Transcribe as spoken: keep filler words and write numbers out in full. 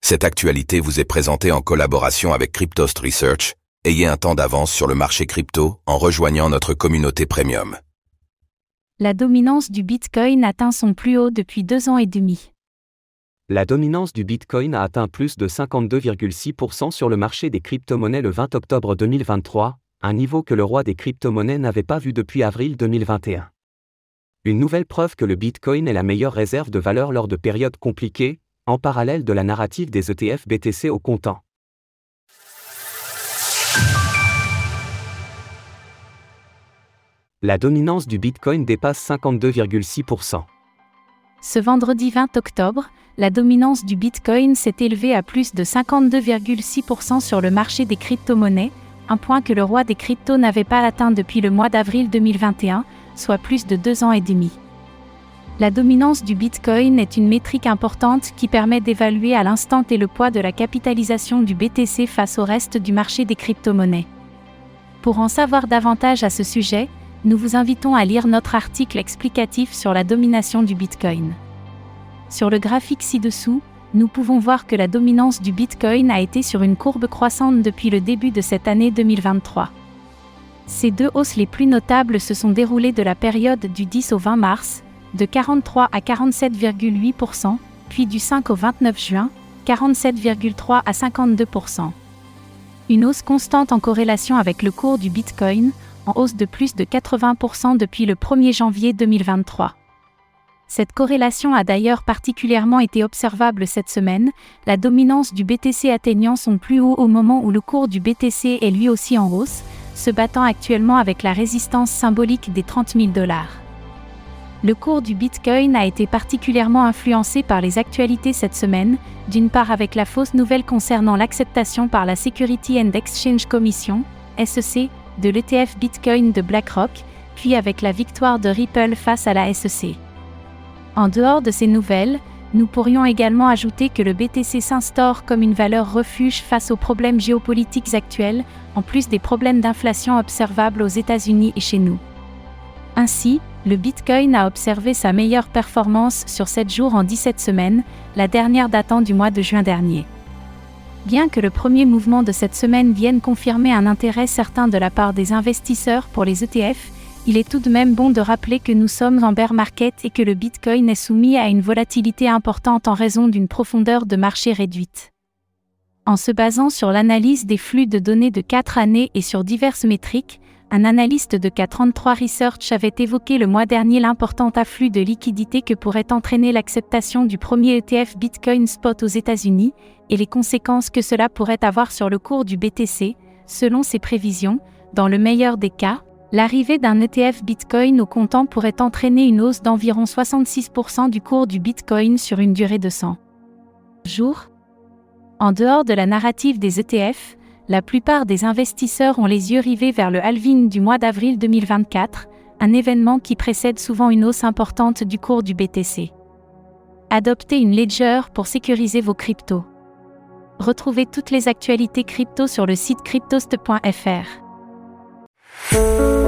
Cette actualité vous est présentée en collaboration avec Cryptost Research. Ayez un temps d'avance sur le marché crypto en rejoignant notre communauté premium. La dominance du Bitcoin atteint son plus haut depuis deux ans et demi. La dominance du Bitcoin a atteint plus de cinquante-deux virgule six pour cent sur le marché des crypto-monnaies le vingt octobre deux mille vingt-trois, un niveau que le roi des crypto-monnaies n'avait pas vu depuis avril deux mille vingt et un. Une nouvelle preuve que le Bitcoin est la meilleure réserve de valeur lors de périodes compliquées, en parallèle de la narrative des E T F B T C au comptant. La dominance du Bitcoin dépasse cinquante-deux virgule six pour cent. Ce vendredi vingt octobre, la dominance du Bitcoin s'est élevée à plus de cinquante-deux virgule six pour cent sur le marché des crypto-monnaies, un point que le roi des cryptos n'avait pas atteint depuis le mois d'avril deux mille vingt et un, soit plus de deux ans et demi. La dominance du Bitcoin est une métrique importante qui permet d'évaluer à l'instant T le poids de la capitalisation du B T C face au reste du marché des crypto-monnaies. Pour en savoir davantage à ce sujet, nous vous invitons à lire notre article explicatif sur la domination du Bitcoin. Sur le graphique ci-dessous, nous pouvons voir que la dominance du Bitcoin a été sur une courbe croissante depuis le début de cette année deux mille vingt-trois. Ces deux hausses les plus notables se sont déroulées de la période du dix au vingt mars, de quarante-trois à quarante-sept virgule huit pour cent, puis du cinq au vingt-neuf juin, quarante-sept virgule trois à cinquante-deux pour cent. Une hausse constante en corrélation avec le cours du Bitcoin, en hausse de plus de quatre-vingts pour cent depuis le premier janvier deux mille vingt-trois. Cette corrélation a d'ailleurs particulièrement été observable cette semaine, la dominance du B T C atteignant son plus haut au moment où le cours du B T C est lui aussi en hausse, se battant actuellement avec la résistance symbolique des trente mille dollars. Le cours du Bitcoin a été particulièrement influencé par les actualités cette semaine, d'une part avec la fausse nouvelle concernant l'acceptation par la Security and Exchange Commission, S E C, de l'E T F Bitcoin de BlackRock, puis avec la victoire de Ripple face à la S E C. En dehors de ces nouvelles, nous pourrions également ajouter que le B T C s'instaure comme une valeur refuge face aux problèmes géopolitiques actuels, en plus des problèmes d'inflation observables aux États-Unis et chez nous. Ainsi, le Bitcoin a observé sa meilleure performance sur sept jours en dix-sept semaines, la dernière datant du mois de juin dernier. Bien que le premier mouvement de cette semaine vienne confirmer un intérêt certain de la part des investisseurs pour les E T F, il est tout de même bon de rappeler que nous sommes en bear market et que le Bitcoin est soumis à une volatilité importante en raison d'une profondeur de marché réduite. En se basant sur l'analyse des flux de données de quatre années et sur diverses métriques, un analyste de K trente-trois Research avait évoqué le mois dernier l'important afflux de liquidités que pourrait entraîner l'acceptation du premier E T F Bitcoin Spot aux États-Unis, et les conséquences que cela pourrait avoir sur le cours du B T C. Selon ses prévisions, dans le meilleur des cas, l'arrivée d'un E T F Bitcoin au comptant pourrait entraîner une hausse d'environ soixante-six pour cent du cours du Bitcoin sur une durée de cent jours. En dehors de la narrative des E T F, la plupart des investisseurs ont les yeux rivés vers le halving du mois d'avril deux mille vingt-quatre, un événement qui précède souvent une hausse importante du cours du B T C. Adoptez une ledger pour sécuriser vos cryptos. Retrouvez toutes les actualités crypto sur le site cryptost point f r.